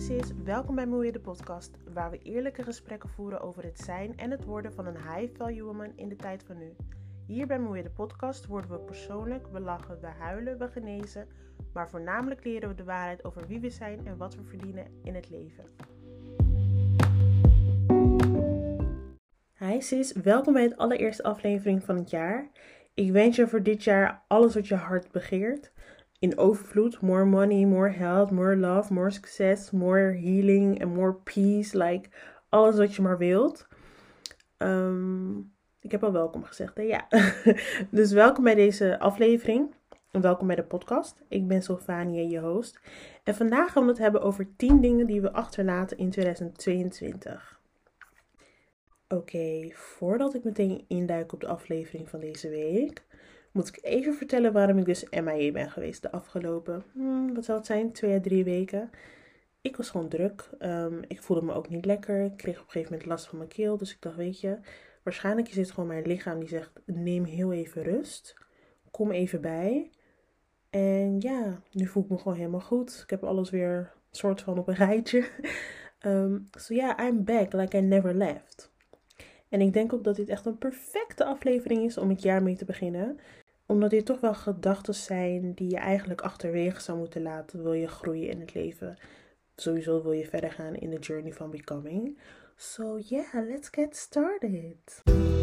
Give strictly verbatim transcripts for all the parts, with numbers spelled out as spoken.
sis, welkom bij Moeie de podcast, waar we eerlijke gesprekken voeren over het zijn en het worden van een high-value woman in de tijd van nu. Hier bij Moeie de podcast worden we persoonlijk, we lachen, we huilen, we genezen, maar voornamelijk leren we de waarheid over wie we zijn en wat we verdienen in het leven. Hi sis, welkom bij het allereerste aflevering van het jaar. Ik wens je voor dit jaar alles wat je hart begeert. In overvloed, more money, more health, more love, more success, more healing en more peace. Like, alles wat je maar wilt. Um, ik heb al welkom gezegd, hè? Ja. Dus welkom bij deze aflevering. En welkom bij de podcast. Ik ben Sylvania, je host. En vandaag gaan we het hebben over tien dingen die we achterlaten in tweeduizend tweeëntwintig. Oké, okay, voordat ik meteen induik op de aflevering van deze week, moet ik even vertellen waarom ik dus M I A ben geweest de afgelopen, hmm, wat zal het zijn, twee à drie weken. Ik was gewoon druk. Um, ik voelde me ook niet lekker. Ik kreeg op een gegeven moment last van mijn keel. Dus ik dacht, weet je, waarschijnlijk is dit gewoon mijn lichaam die zegt, neem heel even rust. Kom even bij. En ja, nu voel ik me gewoon helemaal goed. Ik heb alles weer soort van op een rijtje. Um, so yeah, I'm back like I never left. En ik denk ook dat dit echt een perfecte aflevering is om het jaar mee te beginnen. Omdat dit toch wel gedachten zijn die je eigenlijk achterwege zou moeten laten. Wil je groeien in het leven. Sowieso wil je verder gaan in de journey van becoming. So yeah, let's get started.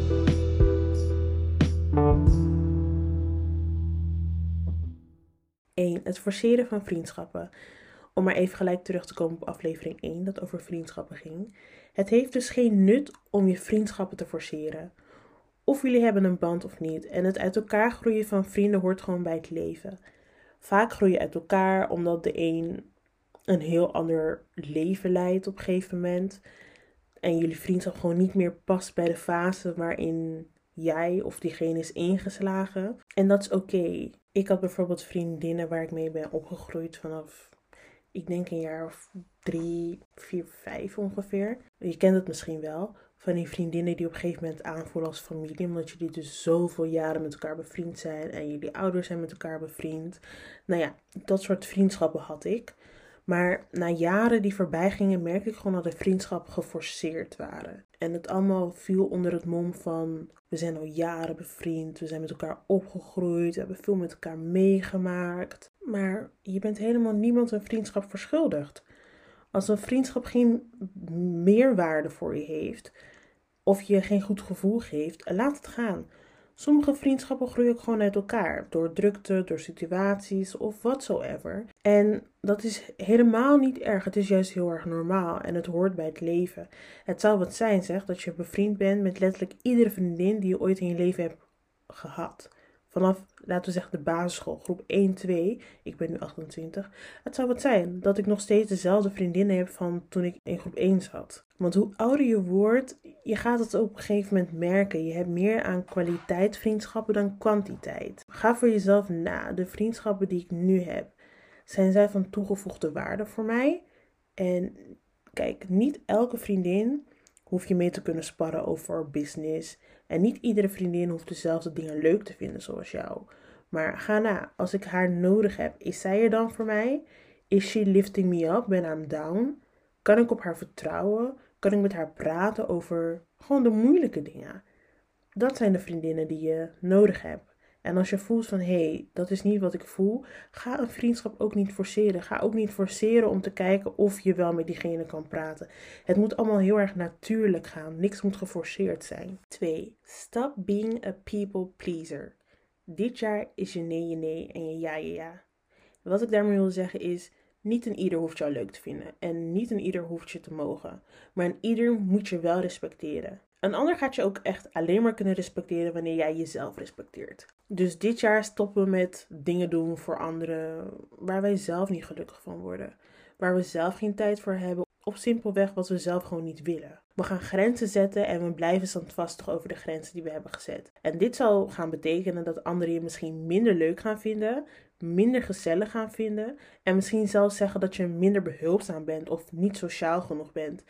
één. Het forceren van vriendschappen. Om maar even gelijk terug te komen op aflevering één, dat over vriendschappen ging. Het heeft dus geen nut om je vriendschappen te forceren. Of jullie hebben een band of niet. En het uit elkaar groeien van vrienden hoort gewoon bij het leven. Vaak groei je uit elkaar omdat de een een heel ander leven leidt op een gegeven moment. En jullie vriendschap gewoon niet meer past bij de fase waarin jij of diegene is ingeslagen. En dat is oké. Okay. Ik had bijvoorbeeld vriendinnen waar ik mee ben opgegroeid vanaf, ik denk een jaar of drie, vier, vijf ongeveer. Je kent het misschien wel. Van die vriendinnen die op een gegeven moment aanvoelen als familie. Omdat jullie dus zoveel jaren met elkaar bevriend zijn. En jullie ouders zijn met elkaar bevriend. Nou ja, dat soort vriendschappen had ik. Maar na jaren die voorbij gingen, merkte ik gewoon dat de vriendschappen geforceerd waren. En het allemaal viel onder het mom van, we zijn al jaren bevriend, we zijn met elkaar opgegroeid, we hebben veel met elkaar meegemaakt. Maar je bent helemaal niemand een vriendschap verschuldigd. Als een vriendschap geen meerwaarde voor je heeft, of je geen goed gevoel geeft, laat het gaan. Sommige vriendschappen groeien ook gewoon uit elkaar. Door drukte, door situaties of whatsoever. En dat is helemaal niet erg. Het is juist heel erg normaal. En het hoort bij het leven. Het zou wat zijn, zeg, dat je bevriend bent met letterlijk iedere vriendin die je ooit in je leven hebt gehad. Vanaf, laten we zeggen, de basisschool, groep één, twee. Ik ben nu achtentwintig. Het zou wat zijn dat ik nog steeds dezelfde vriendinnen heb van toen ik in groep één zat. Want hoe ouder je wordt, je gaat het op een gegeven moment merken. Je hebt meer aan kwaliteit vriendschappen dan kwantiteit. Ga voor jezelf na. De vriendschappen die ik nu heb, zijn zij van toegevoegde waarde voor mij? En kijk, niet elke vriendin hoef je mee te kunnen sparren over business. En niet iedere vriendin hoeft dezelfde dingen leuk te vinden zoals jou. Maar ga na. Als ik haar nodig heb, is zij er dan voor mij? Is she lifting me up when I'm down? Kan ik op haar vertrouwen? Kan ik met haar praten over gewoon de moeilijke dingen? Dat zijn de vriendinnen die je nodig hebt. En als je voelt van, hé, hey, dat is niet wat ik voel, ga een vriendschap ook niet forceren. Ga ook niet forceren om te kijken of je wel met diegene kan praten. Het moet allemaal heel erg natuurlijk gaan. Niks moet geforceerd zijn. twee. Stop being a people pleaser. Dit jaar is je nee je nee en je ja je ja. Wat ik daarmee wil zeggen is, niet een ieder hoeft jou leuk te vinden. En niet een ieder hoeft je te mogen. Maar een ieder moet je wel respecteren. Een ander gaat je ook echt alleen maar kunnen respecteren wanneer jij jezelf respecteert. Dus dit jaar stoppen we met dingen doen voor anderen waar wij zelf niet gelukkig van worden. Waar we zelf geen tijd voor hebben. Of simpelweg wat we zelf gewoon niet willen. We gaan grenzen zetten en we blijven standvastig over de grenzen die we hebben gezet. En dit zal gaan betekenen dat anderen je misschien minder leuk gaan vinden. Minder gezellig gaan vinden. En misschien zelfs zeggen dat je minder behulpzaam bent of niet sociaal genoeg bent.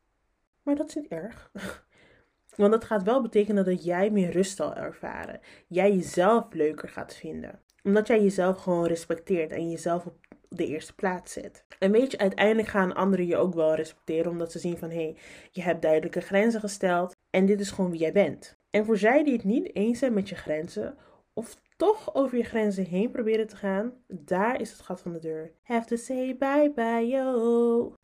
Maar dat is niet erg. Want dat gaat wel betekenen dat jij meer rust zal ervaren. Jij jezelf leuker gaat vinden. Omdat jij jezelf gewoon respecteert en jezelf op, de eerste plaats zet. En weet je, uiteindelijk gaan anderen je ook wel respecteren, omdat ze zien van, hé, hey, je hebt duidelijke grenzen gesteld en dit is gewoon wie jij bent. En voor zij die het niet eens zijn met je grenzen, of toch over je grenzen heen proberen te gaan, daar is het gat van de deur. Have to say bye bye yo.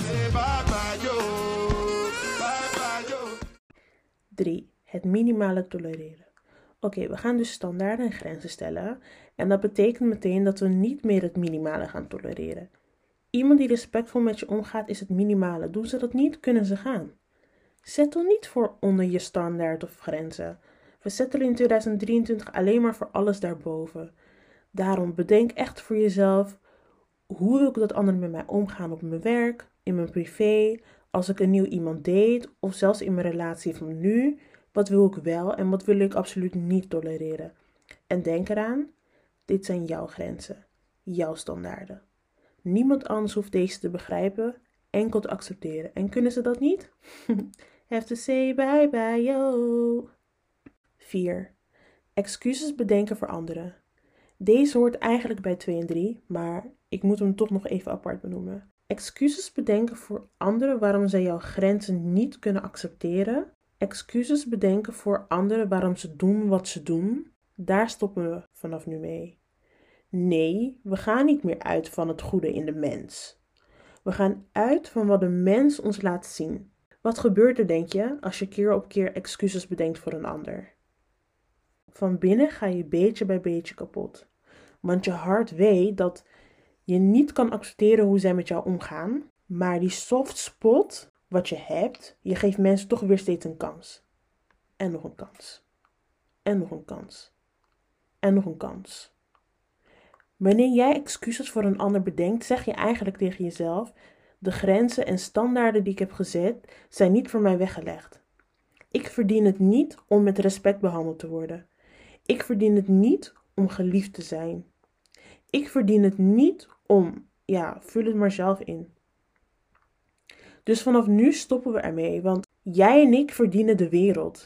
drie. Het minimale tolereren. Oké, okay, we gaan dus standaarden en grenzen stellen. En dat betekent meteen dat we niet meer het minimale gaan tolereren. Iemand die respectvol met je omgaat is het minimale. Doen ze dat niet, kunnen ze gaan. Settle niet voor onder je standaard of grenzen. We settelen in tweeduizend drieëntwintig alleen maar voor alles daarboven. Daarom bedenk echt voor jezelf, hoe wil ik dat anderen met mij omgaan op mijn werk, in mijn privé, als ik een nieuw iemand date of zelfs in mijn relatie van nu. Wat wil ik wel en wat wil ik absoluut niet tolereren? En denk eraan, dit zijn jouw grenzen, jouw standaarden. Niemand anders hoeft deze te begrijpen, enkel te accepteren. En kunnen ze dat niet? Have to say bye bye yo. vier. Excuses bedenken voor anderen. Deze hoort eigenlijk bij twee en drie, maar ik moet hem toch nog even apart benoemen. Excuses bedenken voor anderen waarom zij jouw grenzen niet kunnen accepteren. Excuses bedenken voor anderen waarom ze doen wat ze doen. Daar stoppen we vanaf nu mee. Nee, we gaan niet meer uit van het goede in de mens. We gaan uit van wat de mens ons laat zien. Wat gebeurt er, denk je, als je keer op keer excuses bedenkt voor een ander? Van binnen ga je beetje bij beetje kapot. Want je hart weet dat je niet kan accepteren hoe zij met jou omgaan. Maar die soft spot wat je hebt, je geeft mensen toch weer steeds een kans. En nog een kans. En nog een kans. En nog een kans. Wanneer jij excuses voor een ander bedenkt, zeg je eigenlijk tegen jezelf, de grenzen en standaarden die ik heb gezet, zijn niet voor mij weggelegd. Ik verdien het niet om met respect behandeld te worden. Ik verdien het niet om geliefd te zijn. Ik verdien het niet om, ja, vul het maar zelf in. Dus vanaf nu stoppen we ermee, want jij en ik verdienen de wereld.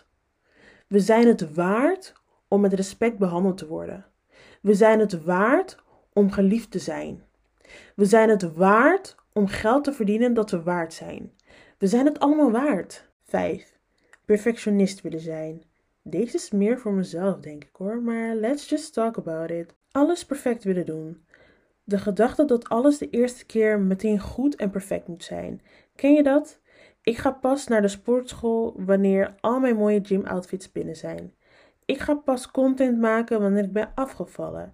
We zijn het waard om met respect behandeld te worden. We zijn het waard om geliefd te zijn. We zijn het waard om geld te verdienen dat we waard zijn. We zijn het allemaal waard. vijf. Perfectionist willen zijn. Deze is meer voor mezelf, denk ik hoor, maar let's just talk about it. Alles perfect willen doen. De gedachte dat alles de eerste keer meteen goed en perfect moet zijn. Ken je dat? Ik ga pas naar de sportschool wanneer al mijn mooie gym outfits binnen zijn. Ik ga pas content maken wanneer ik ben afgevallen.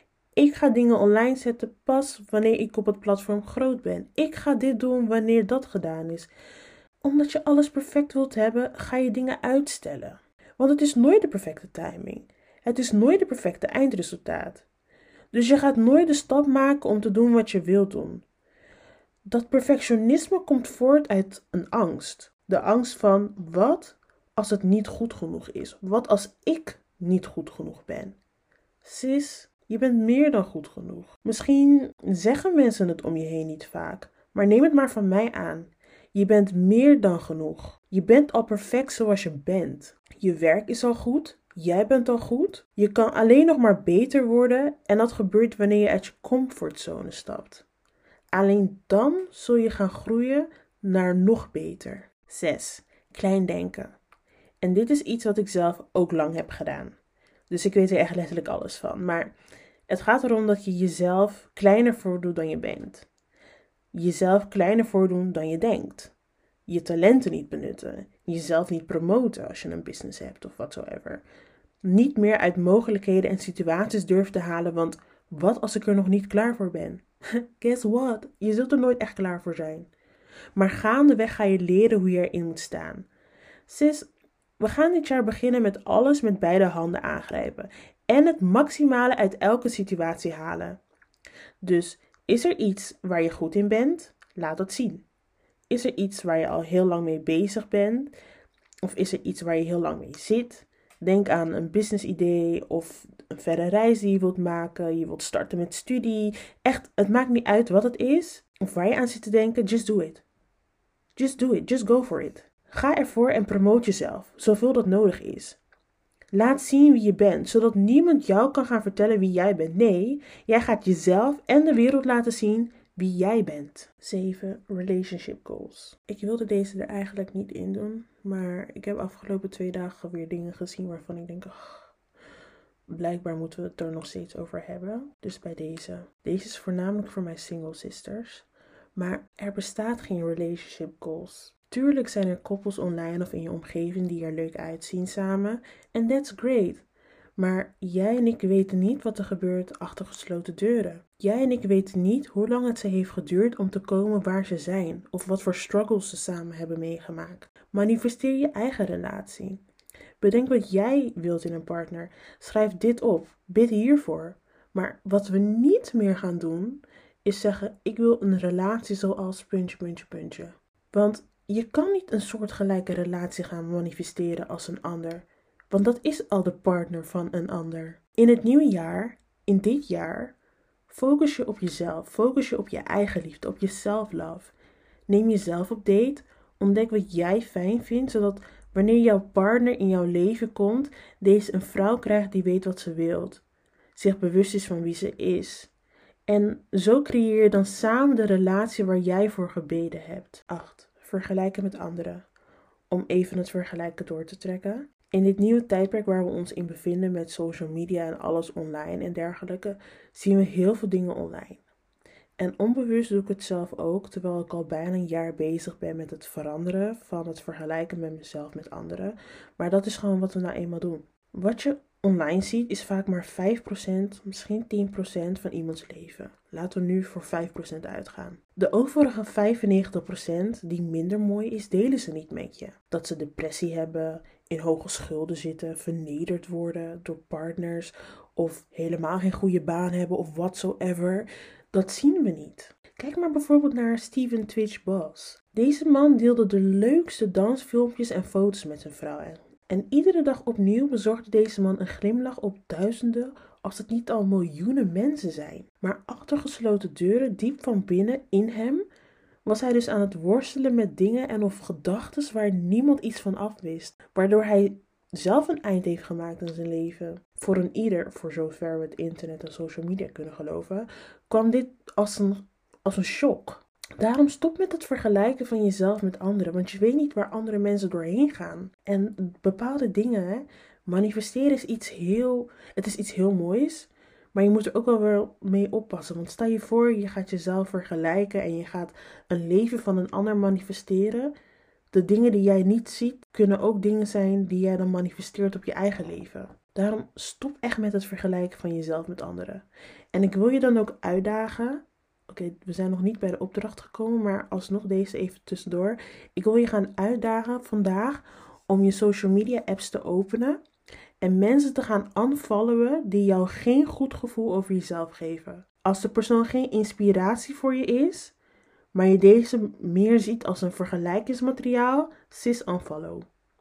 Ik ga dingen online zetten pas wanneer ik op het platform groot ben. Ik ga dit doen wanneer dat gedaan is. Omdat je alles perfect wilt hebben, ga je dingen uitstellen. Want het is nooit de perfecte timing. Het is nooit de perfecte eindresultaat. Dus je gaat nooit de stap maken om te doen wat je wilt doen. Dat perfectionisme komt voort uit een angst. De angst van, wat als het niet goed genoeg is? Wat als ik niet goed genoeg ben? Sis, je bent meer dan goed genoeg. Misschien zeggen mensen het om je heen niet vaak, maar neem het maar van mij aan. Je bent meer dan genoeg. Je bent al perfect zoals je bent. Je werk is al goed. Jij bent al goed. Je kan alleen nog maar beter worden en dat gebeurt wanneer je uit je comfortzone stapt. Alleen dan zul je gaan groeien naar nog beter. zes. Klein denken. En dit is iets wat ik zelf ook lang heb gedaan. Dus ik weet er echt letterlijk alles van. Maar het gaat erom dat je jezelf kleiner voordoet dan je bent. Jezelf kleiner voordoen dan je denkt. Je talenten niet benutten. Jezelf niet promoten als je een business hebt of whatsoever. Niet meer uit mogelijkheden en situaties durven te halen, want wat als ik er nog niet klaar voor ben? Guess what? Je zult er nooit echt klaar voor zijn. Maar gaandeweg ga je leren hoe je erin moet staan. Sis, we gaan dit jaar beginnen met alles met beide handen aangrijpen. En het maximale uit elke situatie halen. Dus is er iets waar je goed in bent? Laat het zien. Is er iets waar je al heel lang mee bezig bent? Of is er iets waar je heel lang mee zit? Denk aan een business idee of een verre reis die je wilt maken. Je wilt starten met studie. Echt, het maakt niet uit wat het is. Of waar je aan zit te denken. Just do it. Just do it. Just go for it. Ga ervoor en promote jezelf. Zoveel dat nodig is. Laat zien wie je bent, zodat niemand jou kan gaan vertellen wie jij bent. Nee, jij gaat jezelf en de wereld laten zien wie jij bent. zeven. Relationship goals. Ik wilde deze er eigenlijk niet in doen, maar ik heb afgelopen twee dagen weer dingen gezien waarvan ik denk, oh, blijkbaar moeten we het er nog steeds over hebben. Dus bij deze. Deze is voornamelijk voor mijn single sisters. Maar er bestaat geen relationship goals. Tuurlijk zijn er koppels online of in je omgeving die er leuk uitzien samen. En that's great. Maar jij en ik weten niet wat er gebeurt achter gesloten deuren. Jij en ik weten niet hoe lang het ze heeft geduurd om te komen waar ze zijn. Of wat voor struggles ze samen hebben meegemaakt. Manifesteer je eigen relatie. Bedenk wat jij wilt in een partner. Schrijf dit op. Bid hiervoor. Maar wat we niet meer gaan doen, is zeggen, ik wil een relatie zoals puntje, puntje, puntje. Want je kan niet een soortgelijke relatie gaan manifesteren als een ander. Want dat is al de partner van een ander. In het nieuwe jaar, in dit jaar, focus je op jezelf. Focus je op je eigen liefde, op je self-love. Neem jezelf op date. Ontdek wat jij fijn vindt, zodat wanneer jouw partner in jouw leven komt, deze een vrouw krijgt die weet wat ze wilt. Zich bewust is van wie ze is. En zo creëer je dan samen de relatie waar jij voor gebeden hebt. acht. Vergelijken met anderen. Om even het vergelijken door te trekken. In dit nieuwe tijdperk waar we ons in bevinden met social media en alles online en dergelijke, zien we heel veel dingen online. En onbewust doe ik het zelf ook, terwijl ik al bijna een jaar bezig ben met het veranderen van het vergelijken met mezelf met anderen. Maar dat is gewoon wat we nou eenmaal doen. Wat je online ziet is vaak maar vijf procent, misschien tien procent van iemands leven. Laten we nu voor vijf procent uitgaan. De overige vijfennegentig procent die minder mooi is, delen ze niet met je. Dat ze depressie hebben, in hoge schulden zitten, vernederd worden door partners of helemaal geen goede baan hebben of whatsoever. Dat zien we niet. Kijk maar bijvoorbeeld naar Steven Twitch Boss. Deze man deelde de leukste dansfilmpjes en foto's met zijn vrouw. En iedere dag opnieuw bezorgde deze man een glimlach op duizenden, als het niet al miljoenen mensen zijn. Maar achter gesloten deuren, diep van binnen in hem, was hij dus aan het worstelen met dingen en of gedachten waar niemand iets van afwist. Waardoor hij zelf een eind heeft gemaakt in zijn leven. Voor een ieder, voor zover we het internet en social media kunnen geloven, kwam dit als een, als een shock. Daarom stop met het vergelijken van jezelf met anderen, want je weet niet waar andere mensen doorheen gaan. En bepaalde dingen, hè, manifesteren is iets heel, het is iets heel moois, maar je moet er ook wel weer mee oppassen. Want stel je voor, je gaat jezelf vergelijken en je gaat een leven van een ander manifesteren. De dingen die jij niet ziet, kunnen ook dingen zijn die jij dan manifesteert op je eigen leven. Daarom stop echt met het vergelijken van jezelf met anderen. En ik wil je dan ook uitdagen. Oké, okay, we zijn nog niet bij de opdracht gekomen, maar alsnog deze even tussendoor. Ik wil je gaan uitdagen vandaag om je social media apps te openen en mensen te gaan unfollowen die jou geen goed gevoel over jezelf geven. Als de persoon geen inspiratie voor je is, maar je deze meer ziet als een vergelijkingsmateriaal, sis unfollow.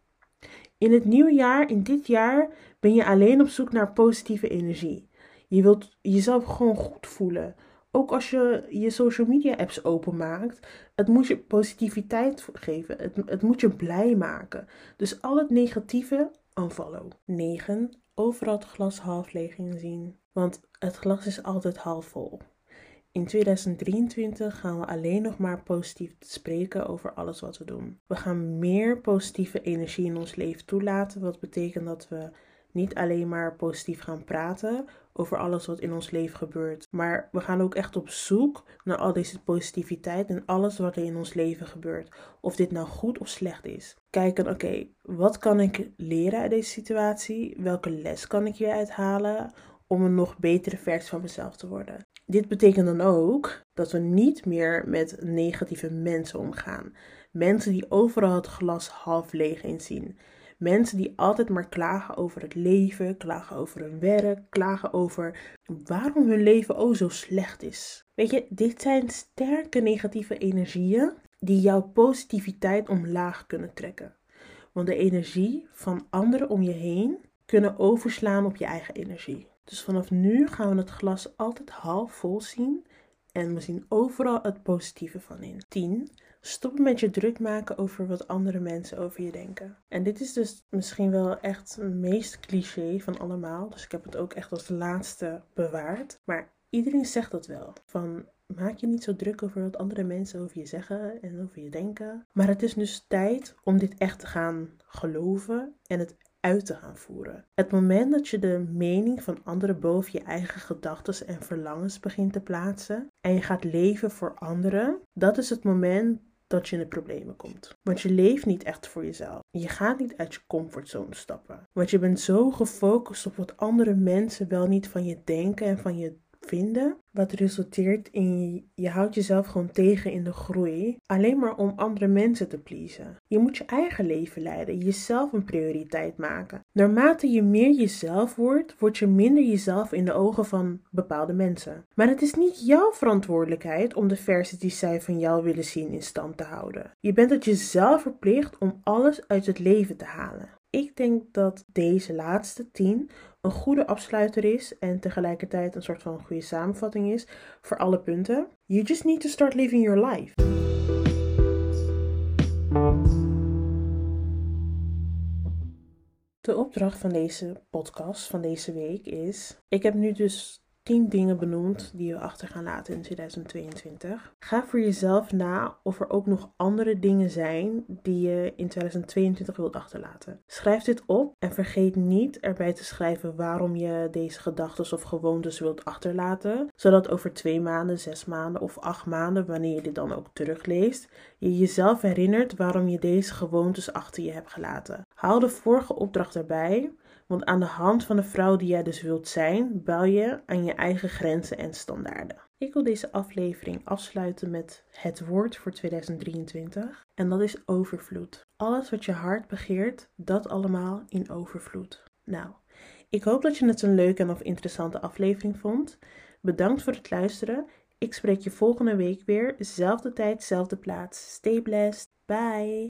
In het nieuwe jaar, in dit jaar, ben je alleen op zoek naar positieve energie. Je wilt jezelf gewoon goed voelen. Ook als je je social media apps openmaakt, het moet je positiviteit geven. Het, het moet je blij maken. Dus al het negatieve, unfollow. negen. Overal het glas half leeg inzien. Want het glas is altijd half vol. In tweeduizend drieëntwintig gaan we alleen nog maar positief spreken over alles wat we doen. We gaan meer positieve energie in ons leven toelaten. Wat betekent dat we niet alleen maar positief gaan praten over alles wat in ons leven gebeurt. Maar we gaan ook echt op zoek naar al deze positiviteit en alles wat er in ons leven gebeurt. Of dit nou goed of slecht is. Kijken, oké, okay, wat kan ik leren uit deze situatie? Welke les kan ik hieruit halen om een nog betere versie van mezelf te worden? Dit betekent dan ook dat we niet meer met negatieve mensen omgaan. Mensen die overal het glas half leeg inzien. Mensen die altijd maar klagen over het leven, klagen over hun werk, klagen over waarom hun leven oh zo slecht is. Weet je, dit zijn sterke negatieve energieën die jouw positiviteit omlaag kunnen trekken. Want de energie van anderen om je heen kunnen overslaan op je eigen energie. Dus vanaf nu gaan we het glas altijd half vol zien en we zien overal het positieve van in. tien. Stoppen met je druk maken over wat andere mensen over je denken. En dit is dus misschien wel echt het meest cliché van allemaal. Dus ik heb het ook echt als laatste bewaard. Maar iedereen zegt dat wel. Van maak je niet zo druk over wat andere mensen over je zeggen en over je denken. Maar het is dus tijd om dit echt te gaan geloven en het uit te gaan voeren. Het moment dat je de mening van anderen boven je eigen gedachten en verlangens begint te plaatsen en je gaat leven voor anderen, dat is het moment dat je in de problemen komt. Want je leeft niet echt voor jezelf. Je gaat niet uit je comfortzone stappen. Want je bent zo gefocust op wat andere mensen wel niet van je denken en van je vinden, wat resulteert in je, je houdt jezelf gewoon tegen in de groei, alleen maar om andere mensen te pleasen. Je moet je eigen leven leiden, jezelf een prioriteit maken. Naarmate je meer jezelf wordt, word je minder jezelf in de ogen van bepaalde mensen. Maar het is niet jouw verantwoordelijkheid om de versie die zij van jou willen zien in stand te houden. Je bent het jezelf verplicht om alles uit het leven te halen. Ik denk dat deze laatste tien een goede afsluiter is en tegelijkertijd een soort van goede samenvatting is voor alle punten. You just need to start living your life. De opdracht van deze podcast van deze week is, ik heb nu dus tien dingen benoemd die je achter gaan laten in tweeduizend tweeëntwintig. Ga voor jezelf na of er ook nog andere dingen zijn die je in tweeduizend tweeëntwintig wilt achterlaten. Schrijf dit op en vergeet niet erbij te schrijven waarom je deze gedachten of gewoontes wilt achterlaten, zodat over twee maanden, zes maanden of acht maanden, wanneer je dit dan ook terugleest, je jezelf herinnert waarom je deze gewoontes achter je hebt gelaten. Haal de vorige opdracht erbij. Want aan de hand van de vrouw die jij dus wilt zijn, bouw je aan je eigen grenzen en standaarden. Ik wil deze aflevering afsluiten met het woord voor tweeduizend drieëntwintig. En dat is overvloed. Alles wat je hart begeert, dat allemaal in overvloed. Nou, ik hoop dat je het een leuke en of interessante aflevering vond. Bedankt voor het luisteren. Ik spreek je volgende week weer. Zelfde tijd, zelfde plaats. Stay blessed. Bye.